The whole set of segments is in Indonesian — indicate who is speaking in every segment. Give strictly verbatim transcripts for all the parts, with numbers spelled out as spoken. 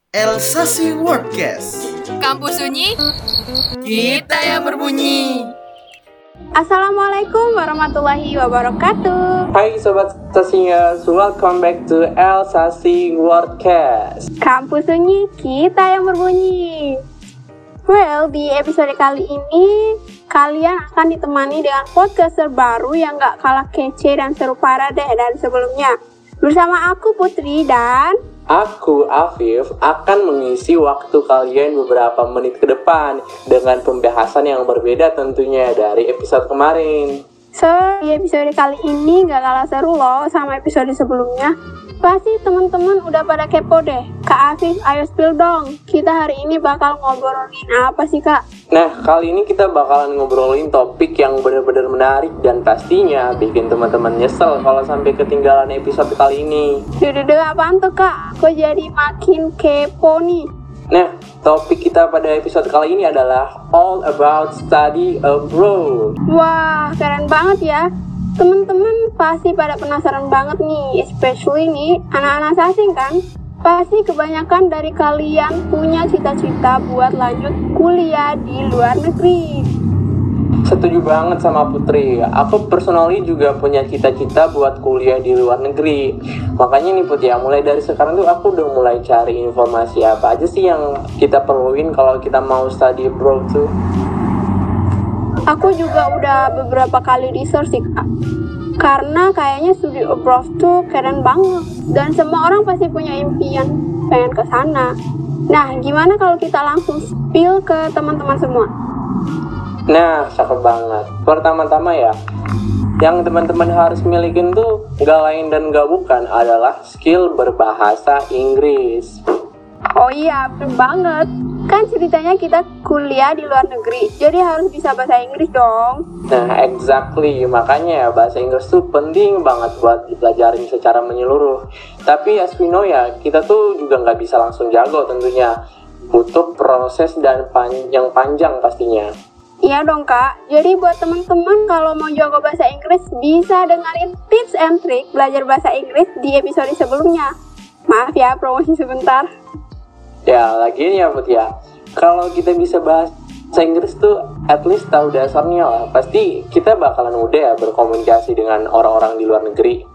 Speaker 1: Elsasi Wordcast.
Speaker 2: Kampus Sunyi, kita yang berbunyi.
Speaker 3: Assalamualaikum warahmatullahi wabarakatuh.
Speaker 4: Hai Sobat Sasinyas, welcome back to Elsasi Wordcast.
Speaker 3: Kampus Sunyi, kita yang berbunyi. Well, di episode kali ini kalian akan ditemani dengan podcast terbaru yang gak kalah kece dan seru parah deh dari sebelumnya. Bersama aku Putri dan
Speaker 4: Aku, Afif, akan mengisi waktu kalian beberapa menit ke depan dengan pembahasan yang berbeda tentunya dari episode kemarin.
Speaker 3: So, di episode kali ini gak kalah seru loh sama episode sebelumnya. Pasti teman-teman udah pada kepo deh. Kak Afif, ayo spill dong. Kita hari ini bakal ngobrolin apa sih, Kak?
Speaker 4: Nah, kali ini kita bakalan ngobrolin topik yang benar-benar menarik dan pastinya bikin teman-teman nyesel kalau sampai ketinggalan episode kali ini.
Speaker 3: Duh-duh, apaan tuh, Kak? Kok jadi makin kepo nih?
Speaker 4: Nah, topik kita pada episode kali ini adalah all about study abroad.
Speaker 3: Wah, keren banget ya. Temen-temen pasti pada penasaran banget nih, especially nih anak-anak sasing kan. Pasti kebanyakan dari kalian punya cita-cita buat lanjut kuliah di luar negeri.
Speaker 4: Setuju banget sama Putri. Aku personally juga punya cita-cita buat kuliah di luar negeri. Makanya nih Put ya, mulai dari sekarang tuh aku udah mulai cari informasi apa aja sih yang kita perluin kalau kita mau study abroad tuh.
Speaker 3: Aku juga udah beberapa kali research sih, Kak. Karena kayaknya studi abroad tuh keren banget. Dan semua orang pasti punya impian pengen ke sana. Nah, gimana kalau kita langsung spill ke teman-teman semua?
Speaker 4: Nah, cakep banget. Pertama-tama ya, yang teman-teman harus milikin tuh gak lain dan gak bukan adalah skill berbahasa Inggris.
Speaker 3: Oh iya, bener banget. Kan ceritanya kita kuliah di luar negeri, jadi harus bisa bahasa Inggris dong.
Speaker 4: Nah, exactly. Makanya bahasa Inggris tuh penting banget buat dipelajarin secara menyeluruh. Tapi as we know ya, kita tuh juga nggak bisa langsung jago tentunya. Butuh proses dan pan- yang panjang pastinya.
Speaker 3: Iya dong, Kak. Jadi buat teman-teman kalau mau jago bahasa Inggris, bisa dengerin tips and trick belajar bahasa Inggris di episode sebelumnya. Maaf ya, promosi sebentar.
Speaker 4: Ya, lagian ya Put ya, kalau kita bisa bahasa Inggris tuh at least tahu dasarnya lah. Pasti kita bakalan mudah ya berkomunikasi dengan orang-orang di luar negeri.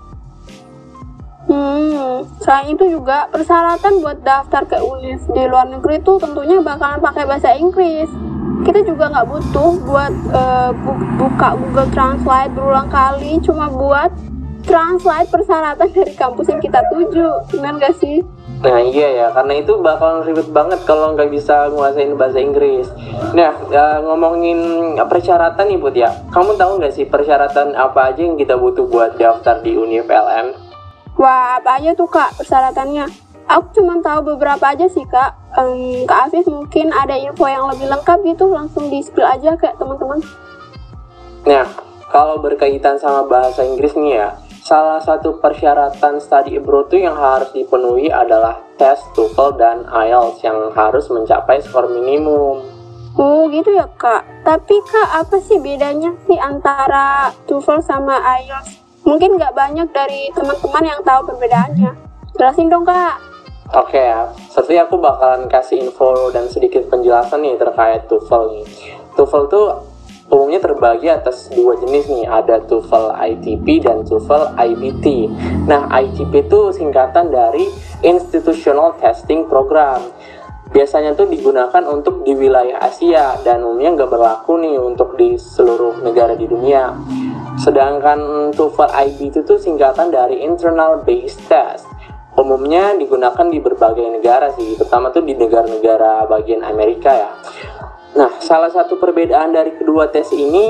Speaker 3: Hmm, selain itu juga persyaratan buat daftar ke univ di luar negeri tuh tentunya bakalan pakai bahasa Inggris. Kita juga nggak butuh buat uh, bu- buka Google Translate berulang kali cuma buat translate persyaratan dari kampus yang kita tuju. Benar nggak sih?
Speaker 4: Nah iya ya, karena itu bakalan ribet banget kalau nggak bisa nguasain bahasa Inggris. Nah, uh, ngomongin persyaratan nih Put ya, kamu tahu nggak sih persyaratan apa aja yang kita butuh buat daftar di Univ L M?
Speaker 3: Wah, apa aja tuh Kak persyaratannya? Aku cuma tahu beberapa aja sih Kak. Um, Kak Afif mungkin ada info yang lebih lengkap gitu, langsung di-spill aja kayak teman-teman.
Speaker 4: Nah, kalau berkaitan sama bahasa Inggris nih ya, salah satu persyaratan study abroad tuh yang harus dipenuhi adalah tes TOEFL dan I E L T S yang harus mencapai skor minimum.
Speaker 3: Oh gitu ya Kak. Tapi Kak, apa sih bedanya sih antara TOEFL sama I E L T S? Mungkin nggak banyak dari teman-teman yang tahu perbedaannya. Jelasin dong Kak.
Speaker 4: Oke ya, seperti aku bakalan kasih info dan sedikit penjelasan nih terkait TOEFL nih. TOEFL tuh umumnya terbagi atas dua jenis nih, ada TOEFL I T P dan TOEFL I B T. Nah, I T P itu singkatan dari Institutional Testing Program. Biasanya tuh digunakan untuk di wilayah Asia dan umumnya nggak berlaku nih untuk di seluruh negara di dunia. Sedangkan TOEFL I B T itu singkatan dari Internal Based Test. Umumnya digunakan di berbagai negara sih, terutama tuh di negara-negara bagian Amerika ya. Nah, salah satu perbedaan dari kedua tes ini,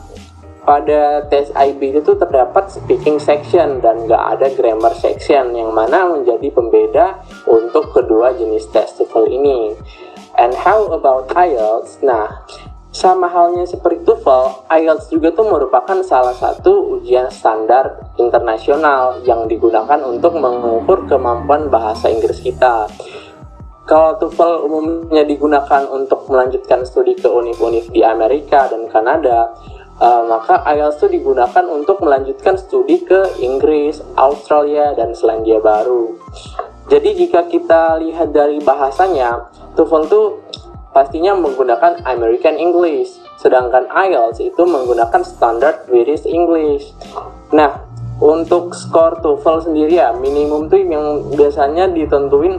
Speaker 4: pada tes I B T itu terdapat speaking section dan nggak ada grammar section, yang mana menjadi pembeda untuk kedua jenis tes TOEFL ini. And how about I E L T S? Nah, sama halnya seperti TOEFL, I E L T S juga tuh merupakan salah satu ujian standar internasional yang digunakan untuk mengukur kemampuan bahasa Inggris kita. Kalau TOEFL umumnya digunakan untuk melanjutkan studi ke univ-univ di Amerika dan Kanada, uh, maka I E L T S itu digunakan untuk melanjutkan studi ke Inggris, Australia, dan Selandia Baru. Jadi jika kita lihat dari bahasanya, TOEFL tuh pastinya menggunakan American English, sedangkan I E L T S itu menggunakan Standard British English. Nah, untuk skor TOEFL sendiri ya, minimum tuh yang biasanya ditentuin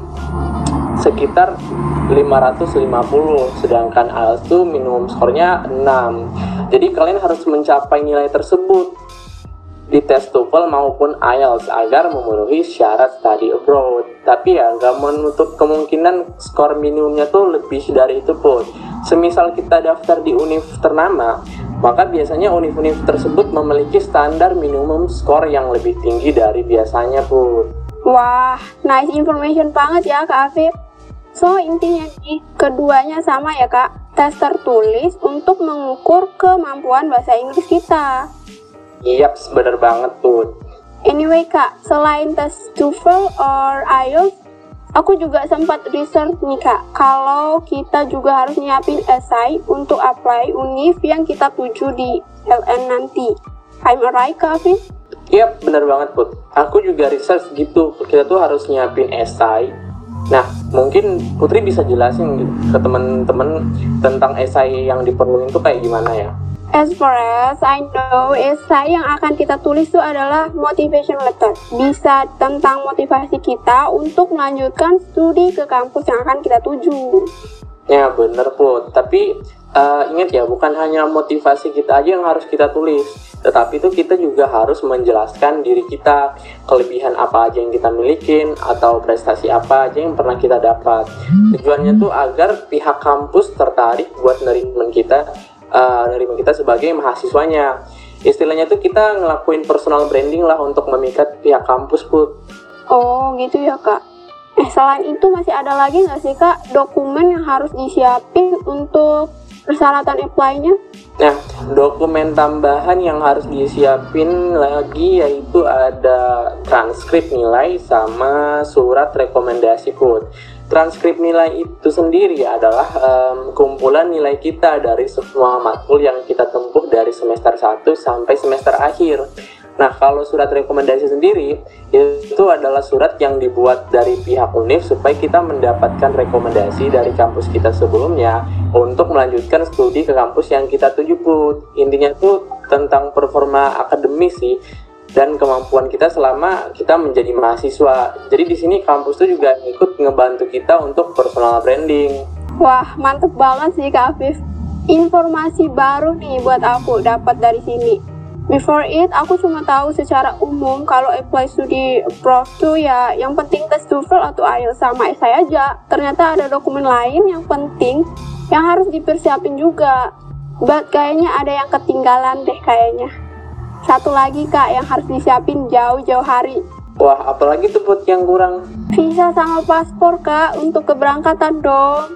Speaker 4: sekitar lima ratus lima puluh, sedangkan I E L T S tuh minimum skornya enam. Jadi kalian harus mencapai nilai tersebut di tes TOEFL maupun I E L T S agar memenuhi syarat study abroad. Tapi ya nggak menutup kemungkinan skor minimumnya tuh lebih dari itu pun. Semisal kita daftar di univ ternama, maka biasanya univ-univ tersebut memiliki standar minimum skor yang lebih tinggi dari biasanya pun.
Speaker 3: Wah, nice information banget ya Kak Afif. So intinya nih, keduanya sama ya Kak, tes tertulis untuk mengukur kemampuan bahasa Inggris kita.
Speaker 4: Iya, yep, bener banget tuh.
Speaker 3: Anyway Kak, selain tes TOEFL or I E L T S, aku juga sempat research nih Kak, kalau kita juga harus nyiapin esai untuk apply univ yang kita tuju di L N nanti. I'm alright Kak Afif?
Speaker 4: Iya, yep, bener banget Put. Aku juga research gitu, kita tuh harus nyiapin esai. Nah, mungkin Putri bisa jelasin ke teman-teman tentang esai yang diperluin tuh kayak gimana ya?
Speaker 3: As far as I know, esai yang akan kita tulis itu adalah motivation letter. Bisa tentang motivasi kita untuk melanjutkan studi ke kampus yang akan kita tuju.
Speaker 4: Ya bener Put, tapi uh, ingat ya, bukan hanya motivasi kita aja yang harus kita tulis, tetapi itu kita juga harus menjelaskan diri kita, kelebihan apa aja yang kita milikin, atau prestasi apa aja yang pernah kita dapat. Tujuannya tuh agar pihak kampus tertarik buat nerima kita Uh, nerima kita sebagai mahasiswanya. Istilahnya tuh kita ngelakuin personal branding lah untuk memikat pihak kampus Put.
Speaker 3: Oh gitu ya Kak. Eh selain itu masih ada lagi nggak sih Kak dokumen yang harus disiapin untuk persyaratan apply-nya?
Speaker 4: Nah, dokumen tambahan yang harus disiapin lagi yaitu ada transkrip nilai sama surat rekomendasi Put. Transkrip nilai itu sendiri adalah um, kumpulan nilai kita dari semua matkul yang kita tempuh dari semester satu sampai semester akhir. Nah, kalau surat rekomendasi sendiri itu adalah surat yang dibuat dari pihak univ supaya kita mendapatkan rekomendasi dari kampus kita sebelumnya untuk melanjutkan studi ke kampus yang kita tuju Put. Intinya tuh tentang performa akademis sih dan kemampuan kita selama kita menjadi mahasiswa. Jadi di sini kampus tuh juga ikut ngebantu kita untuk personal branding.
Speaker 3: Wah, mantep banget sih Kak Afif. Informasi baru nih buat aku dapat dari sini. Before it, aku cuma tahu secara umum kalau apply studi abroad tuh ya yang penting tes TOEFL atau I E L T S sama esai aja. Ternyata ada dokumen lain yang penting yang harus dipersiapin juga. But kayaknya ada yang ketinggalan deh kayaknya. Satu lagi Kak yang harus disiapin jauh-jauh hari.
Speaker 4: Wah, apalagi tuh Put yang kurang?
Speaker 3: Visa sama paspor Kak untuk keberangkatan dong.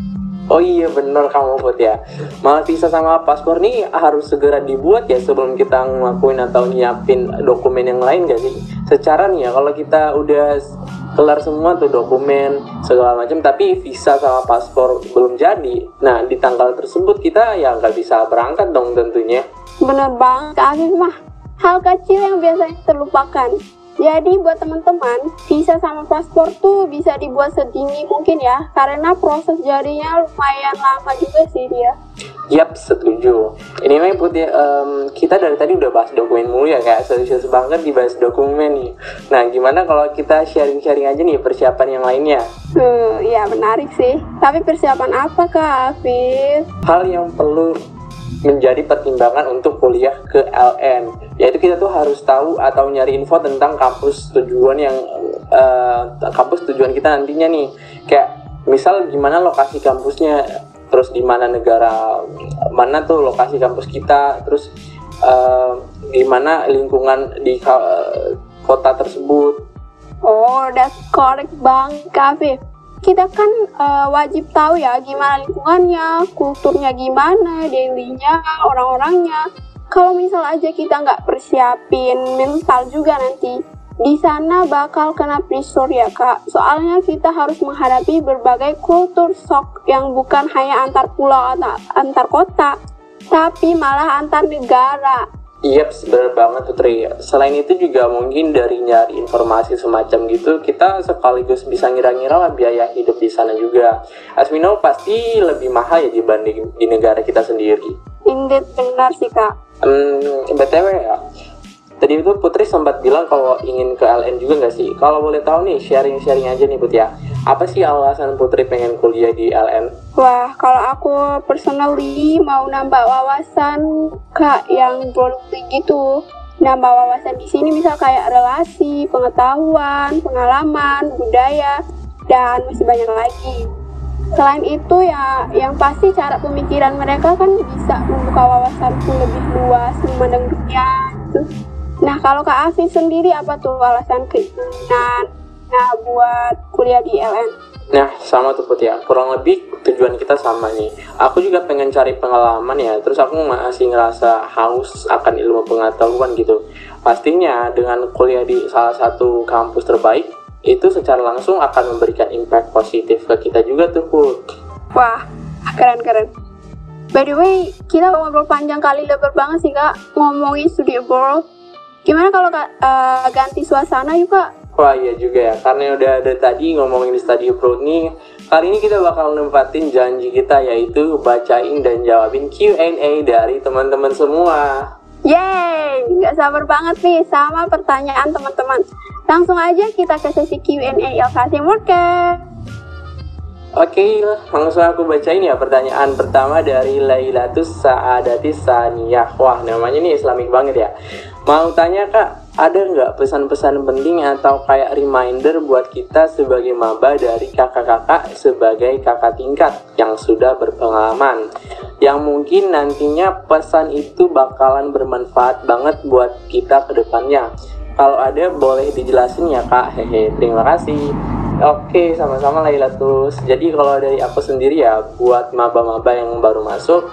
Speaker 4: Oh iya bener kamu Put ya. Malah visa sama paspor nih harus segera dibuat ya sebelum kita ngelakuin atau nyiapin dokumen yang lain gak sih? Secara nih ya kalau kita udah kelar semua tuh dokumen segala macam tapi visa sama paspor belum jadi, nah di tanggal tersebut kita ya nggak bisa berangkat dong tentunya.
Speaker 3: Bener banget Kak Afif mah, hal kecil yang biasanya terlupakan. Jadi buat teman-teman, visa sama paspor tuh bisa dibuat sedini mungkin ya, karena proses jadinya lumayan lama juga sih dia.
Speaker 4: Yap, setuju. Ini memang Putih, um, kita dari tadi udah bahas dokumen mulu ya, kayak serius banget dibahas dokumen nih. Nah, gimana kalau kita sharing-sharing aja nih persiapan yang lainnya?
Speaker 3: Hmm, ya menarik sih. Tapi persiapan apa Kak Afif?
Speaker 4: Hal yang perlu menjadi pertimbangan untuk kuliah ke L N, yaitu kita tuh harus tahu atau nyari info tentang kampus tujuan yang uh, kampus tujuan kita nantinya nih. Kayak misal gimana lokasi kampusnya, terus di mana negara mana tuh lokasi kampus kita, terus uh, gimana lingkungan di uh, kota tersebut.
Speaker 3: Oh, that's correct banget Kak Afif. Kita kan uh, wajib tahu ya gimana lingkungannya, kulturnya gimana, dailynya, orang-orangnya. Kalau misal aja kita nggak persiapin mental juga nanti, di sana bakal kena pressure ya Kak. Soalnya kita harus menghadapi berbagai kultur shock yang bukan hanya antar pulau atau antar kota, tapi malah antar negara.
Speaker 4: Iya, yep, bener banget Putri. Selain itu juga mungkin dari nyari informasi semacam gitu, kita sekaligus bisa ngira-ngira lah biaya hidup di sana juga. As we know, pasti lebih mahal ya dibanding di negara kita sendiri.
Speaker 3: Indeed, benar sih Kak.
Speaker 4: Hmm, B T W ya, tadi itu Putri sempat bilang kalau ingin ke L N juga nggak sih? Kalau boleh tahu nih, sharing-sharing aja nih Putri ya. Apa sih alasan Putri pengen kuliah di L N?
Speaker 3: Wah, kalau aku personally mau nambah wawasan Kak yang broadly gitu. Nambah wawasan di sini bisa kayak relasi, pengetahuan, pengalaman, budaya, dan masih banyak lagi. Selain itu ya, yang pasti cara pemikiran mereka kan bisa membuka wawasanku lebih luas memandang dunia gitu. Nah, kalau Kak Afif sendiri apa tuh alasan keinginan nah buat kuliah di L N?
Speaker 4: Nah, sama tuh Put ya, kurang lebih tujuan kita sama nih. Aku juga pengen cari pengalaman ya, terus aku masih ngerasa haus akan ilmu pengetahuan gitu. Pastinya dengan kuliah di salah satu kampus terbaik, itu secara langsung akan memberikan impact positif ke kita juga tuh Put.
Speaker 3: Wah, keren-keren. By the way, kita ngobrol panjang kali lebar banget sih Kak, ngomongin studi abroad. Gimana kalau Kak uh, ganti suasana yuk Kak?
Speaker 4: Wah iya juga ya, karena udah ada tadi ngomongin di study abroad nih, kali ini kita bakal nempatin janji kita, yaitu bacain dan jawabin Q and A dari teman-teman semua.
Speaker 3: Yeay, nggak sabar banget nih sama pertanyaan teman-teman. Langsung aja kita ke sesi Q and A L K S Workcast.
Speaker 4: Oke, langsung aku bacain ya pertanyaan pertama dari Lailatus Saadatis Saniyah. Wah, namanya nih Islamik banget ya. Mau tanya Kak, ada nggak pesan-pesan penting atau kayak reminder buat kita sebagai maba dari kakak-kakak sebagai kakak tingkat yang sudah berpengalaman, yang mungkin nantinya pesan itu bakalan bermanfaat banget buat kita ke depannya? Kalau ada boleh dijelasin ya Kak. Hehe, terima kasih. Oke, sama-sama Lailatus. Jadi kalau dari aku sendiri ya, buat maba-maba yang baru masuk,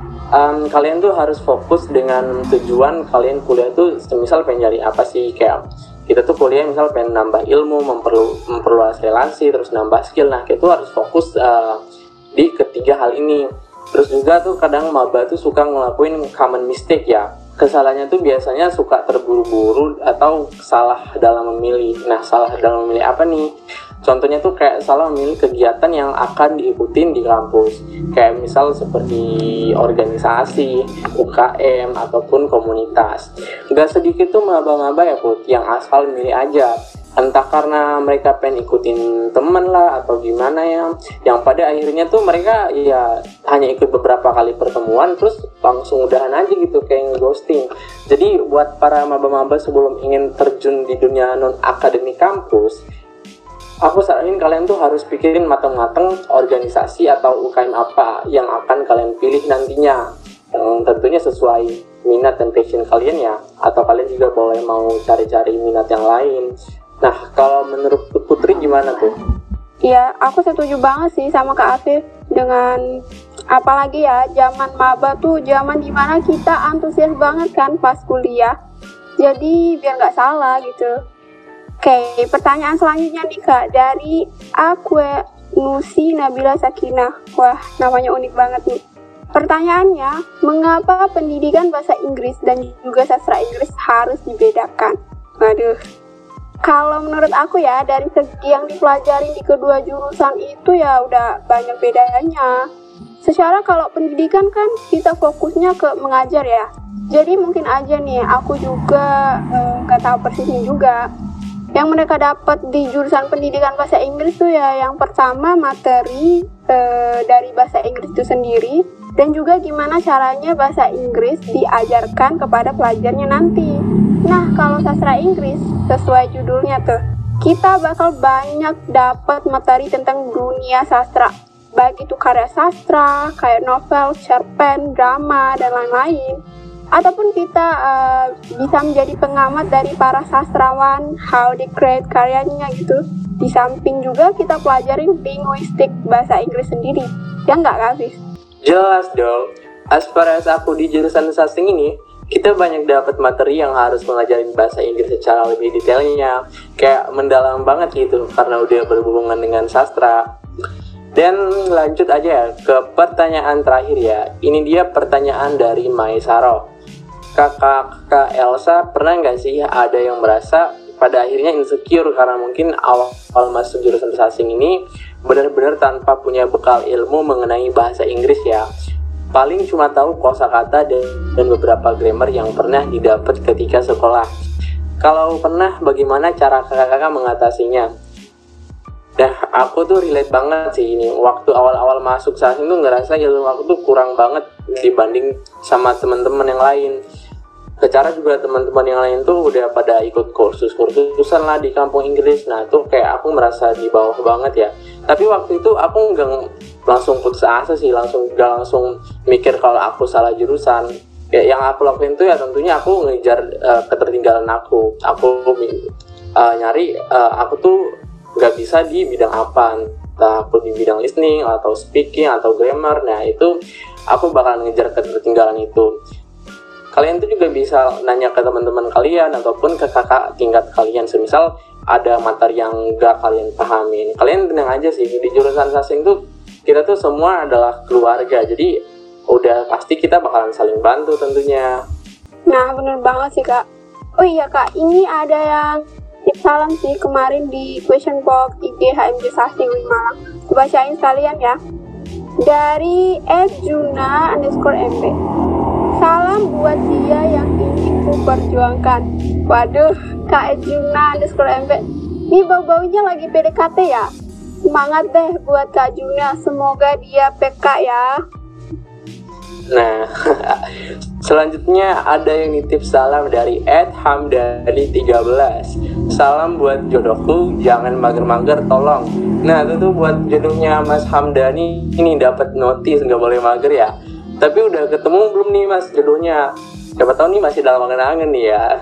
Speaker 4: Um, kalian tuh harus fokus dengan tujuan kalian kuliah tuh semisal pengen cari apa sih. Kayak kita tuh kuliah misal pengen nambah ilmu, memperlu memperluas relasi, terus nambah skill. Nah kita tuh harus fokus uh, di ketiga hal ini. Terus juga tuh kadang maba tuh suka ngelakuin common mistake ya. Kesalahannya tuh biasanya suka terburu-buru atau salah dalam memilih. Nah salah dalam memilih apa nih? Contohnya tuh kayak salah memilih kegiatan yang akan diikutin di kampus. Kayak misal seperti organisasi, U K M, ataupun komunitas. Gak sedikit tuh maba-maba ya Put, yang asal milih aja. Entah karena mereka pengen ikutin temen lah atau gimana ya. Yang pada akhirnya tuh mereka ya hanya ikut beberapa kali pertemuan terus langsung udahan aja gitu, kayak nge-ghosting. Jadi buat para maba-maba sebelum ingin terjun di dunia non-akademik kampus, aku saranin kalian tuh harus pikirin matang-matang organisasi atau U K M apa yang akan kalian pilih nantinya, yang tentunya sesuai minat dan passion kalian ya. Atau kalian juga boleh mau cari-cari minat yang lain. Nah, kalau menurut Putri gimana tuh?
Speaker 3: Iya, aku setuju banget sih sama Kak Afif. Dengan apalagi ya, zaman maba tuh zaman dimana kita antusias banget kan pas kuliah. Jadi biar nggak salah gitu. Oke, pertanyaan selanjutnya nih Kak, dari Akwe Nusi Nabila Sakinah. Wah, namanya unik banget nih. Pertanyaannya, mengapa pendidikan bahasa Inggris dan juga sastra Inggris harus dibedakan? Waduh, kalau menurut aku ya, dari segi yang dipelajari di kedua jurusan itu ya udah banyak bedanya. Secara kalau pendidikan kan kita fokusnya ke mengajar ya. Jadi mungkin aja nih, aku juga eh, gak tahu persisnya juga. Yang mereka dapat di jurusan pendidikan bahasa Inggris tuh ya, yang pertama materi e, dari bahasa Inggris itu sendiri, dan juga gimana caranya bahasa Inggris diajarkan kepada pelajarnya nanti. Nah, kalau sastra Inggris, sesuai judulnya tuh, kita bakal banyak dapat materi tentang dunia sastra, baik itu karya sastra, kayak novel, cerpen, drama, dan lain-lain. Ataupun kita uh, bisa menjadi pengamat dari para sastrawan, how they create karyanya gitu. Di samping juga kita pelajarin linguistik bahasa Inggris sendiri. Ya nggak Kak Afif?
Speaker 4: Jelas dong. As far as aku di jurusan sastra ini, kita banyak dapat materi yang harus mengajarin bahasa Inggris secara lebih detailnya. Kayak mendalam banget gitu, karena udah berhubungan dengan sastra. Dan lanjut aja ya ke pertanyaan terakhir ya. Ini dia pertanyaan dari Maisaro. kakak Kak Elsa pernah nggak sih ada yang merasa pada akhirnya insecure karena mungkin awal, awal masuk jurusan bahasa asing ini benar-benar tanpa punya bekal ilmu mengenai bahasa Inggris ya. Paling cuma tahu kosakata dan, dan beberapa grammar yang pernah didapat ketika sekolah. Kalau pernah, bagaimana cara kakak-kakak mengatasinya? Dah, aku tuh relate banget sih ini. Waktu awal-awal masuk saat itu ngerasa ilmu aku tuh kurang banget dibanding sama teman-teman yang lain. Secara juga teman-teman yang lain tuh udah pada ikut kursus-kursusan lah di kampung Inggris. Nah tuh kayak aku merasa di bawah banget ya. Tapi waktu itu aku nggak langsung putus asa sih, langsung nggak langsung mikir kalau aku salah jurusan. Ya, yang aku lakuin tuh ya tentunya aku ngejar uh, ketertinggalan aku. Aku uh, nyari uh, aku tuh nggak bisa di bidang apa, entah aku di bidang listening atau speaking atau grammar. Nah itu aku bakal ngejar ketertinggalan itu. Kalian tuh juga bisa nanya ke teman-teman kalian ataupun ke kakak tingkat kalian. Semisal ada materi yang gak kalian pahamin, kalian tenang aja sih. Di jurusan asing tuh kita tuh semua adalah keluarga. Jadi udah pasti kita bakalan saling bantu tentunya.
Speaker 3: Nah bener banget sih kak. Oh iya kak, ini ada yang tip salam sih kemarin di question box I G H M J Sasing Malang. Bacain sekalian ya. Dari at juna underscore M B. Salam buat dia yang ingin ku perjuangkan. Waduh, Kak Juna underscore M B. Ini bau-baunya lagi P D K T ya. Semangat deh buat Kak Juna. Semoga dia P K ya.
Speaker 4: Nah, selanjutnya ada yang nitip salam dari at hamdani tiga belas. Salam buat jodohku, jangan mager-mager tolong. Nah, itu tuh buat jodohnya Mas Hamdani ini dapat notis nggak boleh mager ya. Tapi udah ketemu belum nih mas jodohnya? Siapa tahu nih masih dalam angen-angen nih ya.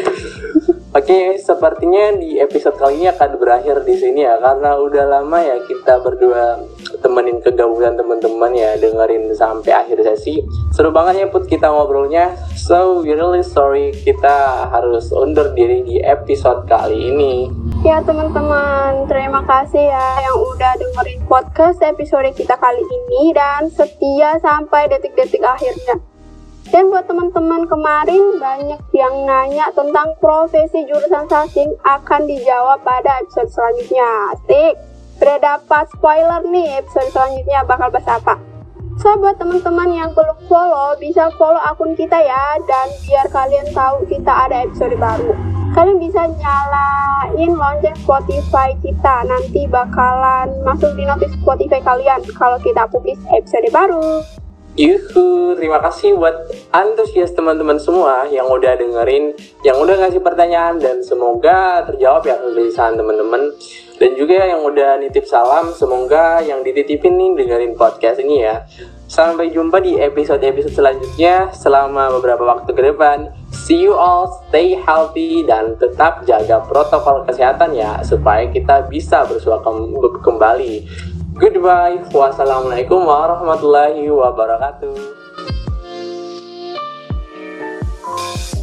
Speaker 4: Oke, sepertinya di episode kali ini akan berakhir di sini ya, karena udah lama ya kita berdua temenin kegabutan teman-teman ya, dengerin sampai akhir sesi. Seru banget ya Put kita ngobrolnya. So we really sorry kita harus undur diri di episode kali ini.
Speaker 3: Ya teman-teman, terima kasih ya yang udah dengerin podcast episode kita kali ini dan setia sampai detik-detik akhirnya. Dan buat teman-teman kemarin banyak yang nanya tentang profesi jurusan sasing akan dijawab pada episode selanjutnya. Asik, udah dapat spoiler nih episode selanjutnya bakal bahas apa. So buat teman-teman yang belum follow, bisa follow akun kita ya, dan biar kalian tahu kita ada episode baru. Kalian bisa nyalain lonceng Spotify kita, nanti bakalan masuk di notif Spotify kalian kalau kita publish episode baru.
Speaker 4: Yuhu, terima kasih buat antusias teman-teman semua yang udah dengerin, yang udah ngasih pertanyaan, dan semoga terjawab ya kegelisahan teman-teman. Dan juga yang udah nitip salam, semoga yang dititipin nih dengerin podcast ini ya. Sampai jumpa di episode-episode selanjutnya selama beberapa waktu ke depan. See you all, stay healthy, dan tetap jaga protokol kesehatan ya, supaya kita bisa bersua kembali. Goodbye. Wassalamualaikum warahmatullahi wabarakatuh.